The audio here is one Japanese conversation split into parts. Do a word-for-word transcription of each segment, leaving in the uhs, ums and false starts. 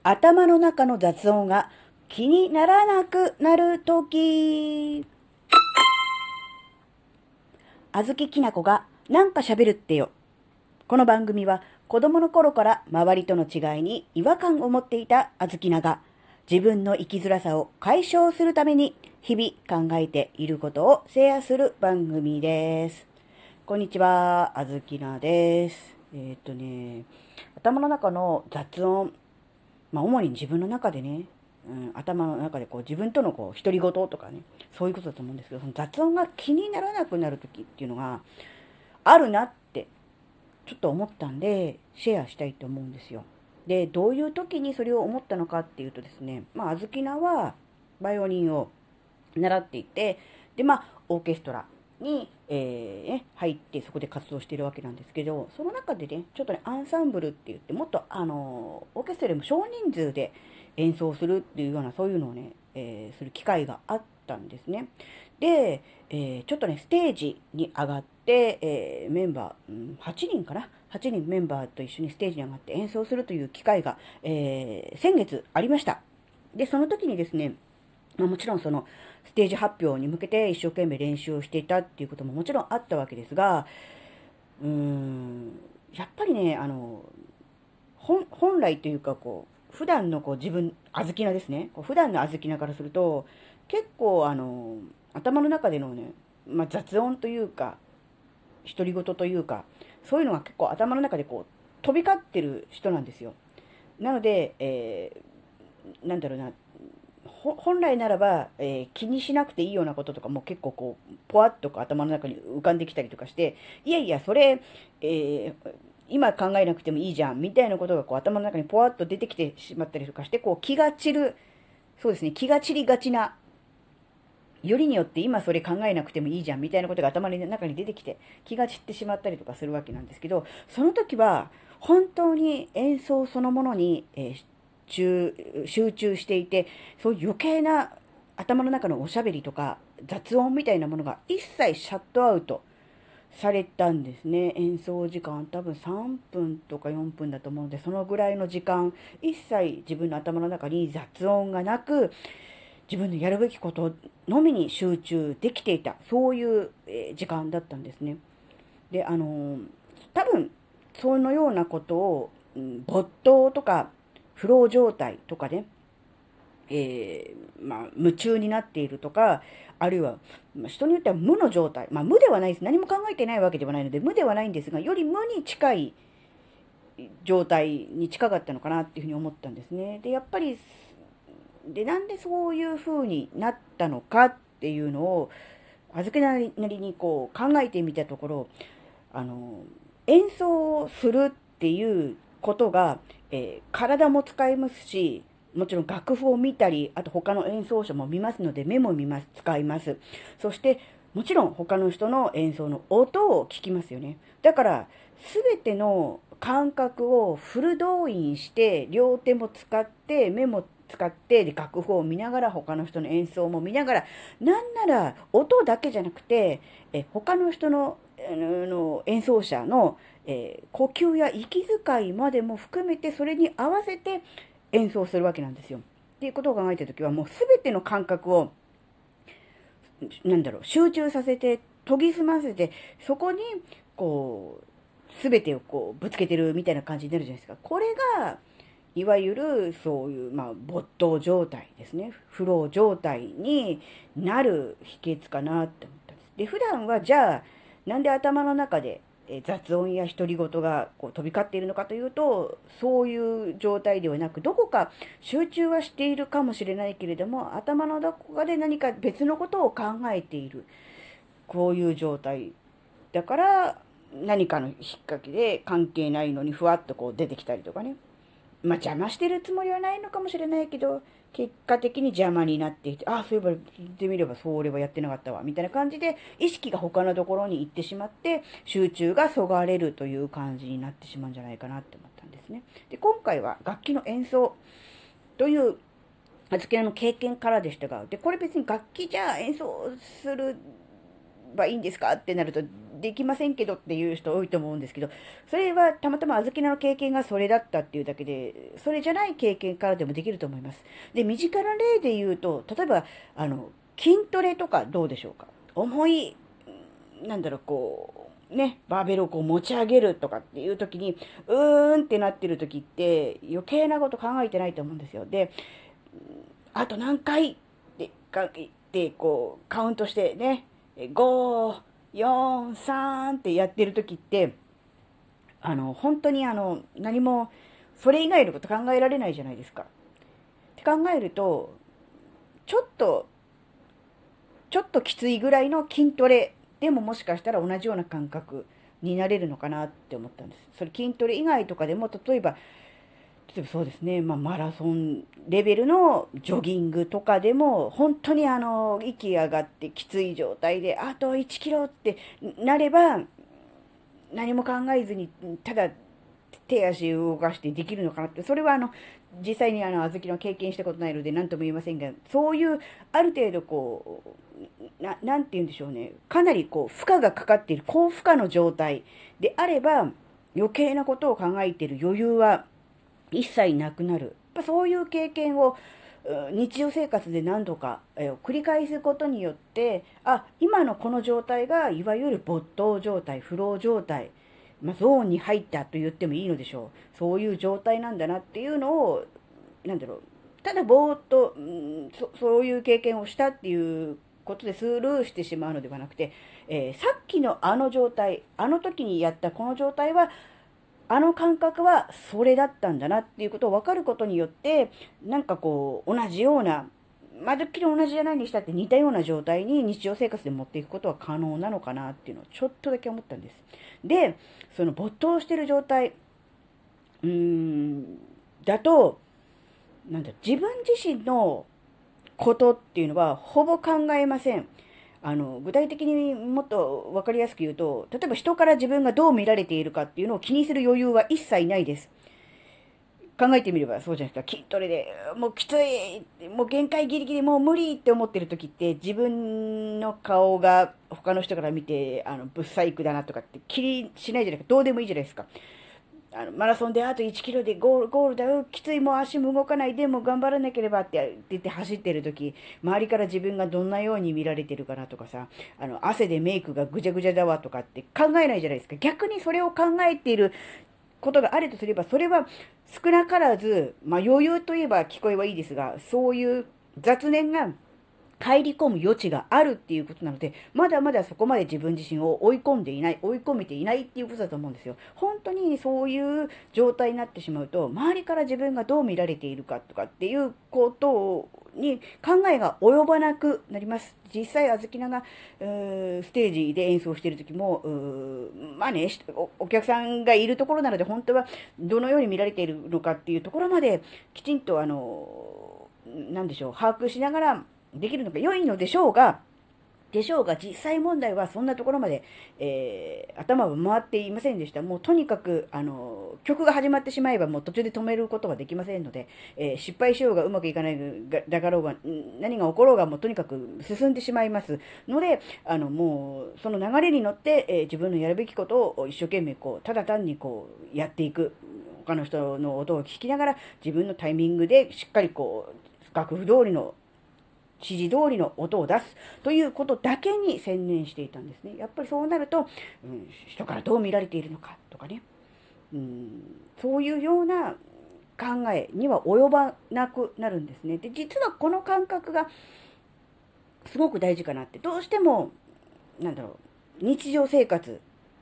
頭の中の雑音が気にならなくなるとき。あずききなこがなんか喋るってよ。この番組は子供の頃から周りとの違いに違和感を持っていたあずきなが自分の生きづらさを解消するために日々考えていることをシェアする番組です。こんにちは、あずきなです。えーっとね、頭の中の雑音、まあ主に自分の中でね、うん、頭の中でこう自分とのこう独り言とかね、そういうことだと思うんですけど、その雑音が気にならなくなるときっていうのがあるなってちょっと思ったんで、シェアしたいと思うんですよ。で、どういう時にそれを思ったのかっていうとですね、まあ、あずきなはバイオリンを習っていて、で、まあ、オーケストラに、えーね、入ってそこで活動しているわけなんですけど、その中でね、ちょっとね、アンサンブルって言って、もっと、あの、オーケストラでも少人数で演奏するっていうような、そういうのをね、えーする機会があったんですね。で、えーちょっとね、ステージに上がって、えーメンバー、うん、はちにんかな ?はち 人メンバーと一緒にステージに上がって演奏するという機会が、えー先月ありました。で、その時にですね、まあ、もちろんそのステージ発表に向けて一生懸命練習をしていたっていうことももちろんあったわけですが、うーん、やっぱりね、あの、本本来というかこう、普段のこう自分、あずきなですね、こう普段のあずきなからすると、結構あの、頭の中でのね、まあ、雑音というか、独り言というか、そういうのが結構頭の中でこう、飛び交ってる人なんですよ。なので、えー、なんだろうな、本来ならば、えー気にしなくていいようなこととかも結構こう、ぽわっとこう頭の中に浮かんできたりとかして、いやいや、それ、えー今考えなくてもいいじゃん、みたいなことがこう頭の中にぽわっと出てきてしまったりとかして、こう気が散る、そうですね、気が散りがちな、よりによって今それ考えなくてもいいじゃん、みたいなことが頭の中に出てきて、気が散ってしまったりとかするわけなんですけど、その時は、本当に演奏そのものに、えー集集中していて、そういう余計な頭の中のおしゃべりとか雑音みたいなものが一切シャットアウトされたんですね。演奏時間多分さんぷんとかよんぷんだと思うので、そのぐらいの時間、一切自分の頭の中に雑音がなく、自分のやるべきことのみに集中できていた、そういうえー時間だったんですね。で、あのー多分、そのようなことを、うん、没頭とか、フロー状態とかね、えーまあ、夢中になっているとか、あるいは、まあ人によっては無の状態、まあ、無ではないです。何も考えてないわけではないので、無ではないんですが、より無に近い状態に近かったのかなっていうふうに思ったんですね。で、やっぱり、で、なんでそういう風になったのかっていうのを、預けなりにこう考えてみたところ、あの、演奏するっていうことが、えー体も使いますし、もちろん楽譜を見たり、あと他の演奏者も見ますので、目も見ます、使います。そして、もちろん他の人の演奏の音を聞きますよね。だから、すべての感覚をフル動員して、両手も使って、目も使って、で、楽譜を見ながら、他の人の演奏も見ながら、なんなら、音だけじゃなくて、え他の人のあの演奏者の、えー呼吸や息遣いまでも含めて、それに合わせて演奏するわけなんですよ。っていうことを考えたときは、もうすべての感覚を、なんだろう、集中させて、研ぎ澄ませて、そこに、こう、すべてをこう、ぶつけてるみたいな感じになるじゃないですか。これが、いわゆる、そういう、まあ、没頭状態ですね。フロー状態になる秘訣かなって思ったんです。で、普段は、じゃあ、なんで頭の中で、え雑音や独り言がこう飛び交っているのかというと、そういう状態ではなく、どこか集中はしているかもしれないけれども、頭のどこかで何か別のことを考えている。こういう状態。だから、何かの引っ掛けで関係ないのにふわっとこう出てきたりとかね。まあ邪魔してるつもりはないのかもしれないけど、結果的に邪魔になっていて、ああ、そういえば聞いてみればそれはやってなかったわ、みたいな感じで、意識が他のところに行ってしまって、集中がそがれるという感じになってしまうんじゃないかなって思ったんですね。で、今回は楽器の演奏という預けの経験からでしたが、で、これ別に楽器じゃ演奏するばいいんですかってなると、 できませんけどっていう人多いと思うんですけど、それはたまたま小豆菜の経験がそれだったっていうだけで、それじゃない経験からでもできると思います。で、身近な例で言うと、例えば、あの、筋トレとかどうでしょうか。重い、なんだろう、こう、ね、バーベルをこう持ち上げるとかっていう時に、うーんってなってる時って余計なこと考えてないと思うんですよ。で、あと何回ってかってこうカウントしてね、ご、よん、さんってやってる時って、あの、本当にあの、何もそれ以外のこと考えられないじゃないですか。って考えると、ちょっと、ちょっときついぐらいの筋トレでももしかしたら同じような感覚になれるのかなって思ったんです。それ筋トレ以外とかでも、例えば、例えばそうですね、まあ、マラソンレベルのジョギングとかでも、本当にあの、息上がってきつい状態で、あといちキロってなれば、何も考えずに、ただ手足を動かしてできるのかなって、それはあの、実際にあの、小豆の経験したことないので何とも言えませんが、そういう、ある程度こう、な、なんて言うんでしょうね、かなりこう、負荷がかかっている、高負荷の状態であれば、余計なことを考えている余裕は一切なくなる。やっぱそういう経験を日常生活で何度か、えー繰り返すことによって、あ、今のこの状態がいわゆる没頭状態、フロー状態、まあ、ゾーンに入ったと言ってもいいのでしょう。そういう状態なんだなっていうのを、なんだろう、ただぼーっと、うん、そそういう経験をしたっていうことでスルーしてしまうのではなくて、えーさっきのあの状態、あの時にやったこの状態は、あの感覚はそれだったんだなっていうことを分かることによって、なんかこう、同じような、まるっきり同じじゃないにしたって似たような状態に日常生活で持っていくことは可能なのかなっていうのをちょっとだけ思ったんです。で、その没頭してる状態、うーん、だと、なんだ、自分自身のことっていうのはほぼ考えません。あの、具体的にもっと分かりやすく言うと、例えば人から自分がどう見られているかっていうのを気にする余裕は一切ないです。考えてみればそうじゃないですか。筋トレで、もうきつい、もう限界ギリギリ、もう無理って思ってる時って、自分の顔が他の人から見て、あの、ブッサイクだなとかって気にしないじゃないか。どうでもいいじゃないですか。あのマラソンであといちキロでゴール、ゴールだよ、きつい、もう足も動かない、でも頑張らなければって言って走ってる時、周りから自分がどんなように見られてるかなとかさ、あの、汗でメイクがぐちゃぐちゃだわとかって考えないじゃないですか。逆にそれを考えていることがあるとすれば、それは少なからず、まあ余裕といえば聞こえはいいですが、そういう雑念が入り込む余地があるっていうことなので、まだまだそこまで自分自身を追い込んでいない、追い込めていないっていうことだと思うんですよ。本当にそういう状態になってしまうと、周りから自分がどう見られているかとかっていうことに考えが及ばなくなります。実際、あずきなが、うーステージで演奏している時も、うーまあね、おお客さんがいるところなので、本当はどのように見られているのかっていうところまで、きちんと、あの、なんでしょう、把握しながら、できるのが良いのでしょうが、でしょうが、実際問題はそんなところまで、えー、頭は回っていませんでした。もうとにかく、あの、曲が始まってしまえばもう途中で止めることができませんので、えー、失敗しようがうまくいかないだかろうが、何が起ころうがもうとにかく進んでしまいますので、あの、もう、その流れに乗って、えー、自分のやるべきことを一生懸命こう、ただ単にこう、やっていく。他の人の音を聞きながら、自分のタイミングでしっかりこう、楽譜通りの指示通りの音を出すということだけに専念していたんですね。やっぱりそうなると、うん、人からどう見られているのかとかね、うん、そういうような考えには及ばなくなるんですね。で、実はこの感覚がすごく大事かなって、どうしても、なんだろう、日常生活、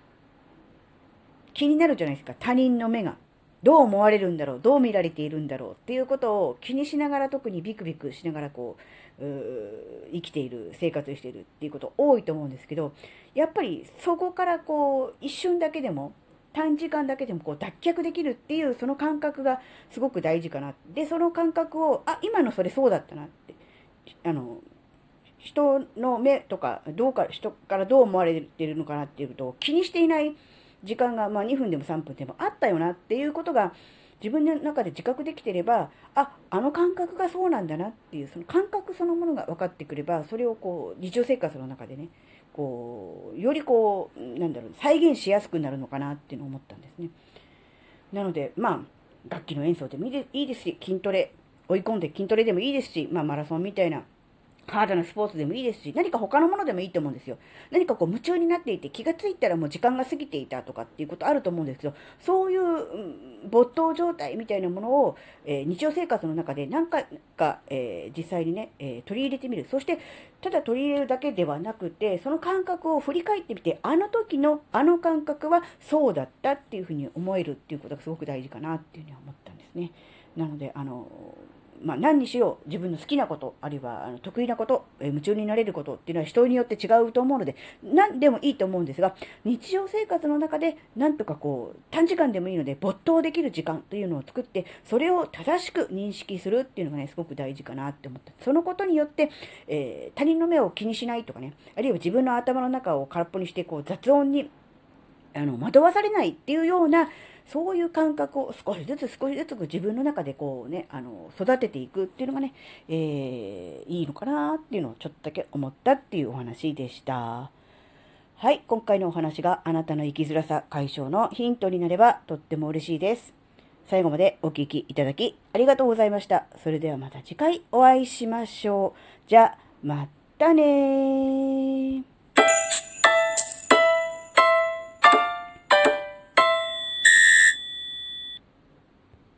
気になるじゃないですか、他人の目が。どう思われるんだろう、どう見られているんだろうっていうことを気にしながら、特にビクビクしながらこう、う生きている、生活しているっていうこと多いと思うんですけど、やっぱりそこからこう、一瞬だけでも、短時間だけでもこう脱却できるっていうその感覚がすごく大事かな。で、その感覚を、あ、今のそれそうだったなって、あの、人の目とか、どうか、人からどう思われているのかなっていうことを気にしていない時間が、まあ、にふんでもさんぷんでもあったよなっていうことが自分の中で自覚できてれば、あ、あの感覚がそうなんだなっていう、その感覚そのものが分かってくれば、それをこう、日常生活の中でね、 こう、よりこう、なんだろう、再現しやすくなるのかなっていうのを思ったんですね。なので、まあ、楽器の演奏でもいいでいいですし、筋トレ、追い込んで筋トレでもいいですし、まあ、マラソンみたいな、ハードなスポーツでもいいですし、何か他のものでもいいと思うんですよ。何かこう夢中になっていて気がついたらもう時間が過ぎていたとかっていうことあると思うんですけど、そういう、うん、没頭状態みたいなものを、えー日常生活の中で何回か、えー実際にね、えー取り入れてみる。そして、ただ取り入れるだけではなくて、その感覚を振り返ってみて、あの時のあの感覚はそうだったっていうふうに思えるっていうことがすごく大事かなっていうふうに思ったんですね。なので、あの、まあ、何にしよう、自分の好きなこと、あるいはあの得意なこと、えー夢中になれることっていうのは人によって違うと思うので、何でもいいと思うんですが、日常生活の中で、なんとかこう、短時間でもいいので、没頭できる時間というのを作って、それを正しく認識するっていうのがね、すごく大事かなって思った。そのことによって、えー他人の目を気にしないとかね、あるいは自分の頭の中を空っぽにして、こう、雑音にあの、惑わされないっていうような、そういう感覚を少しずつ少しずつ自分の中でこうね、あの、育てていくっていうのがね、えー、いいのかなっていうのをちょっとだけ思ったっていうお話でした。はい、今回のお話があなたの生きづらさ解消のヒントになればとっても嬉しいです。最後までお聞きいただきありがとうございました。それではまた次回お会いしましょう。じゃあ、またねー。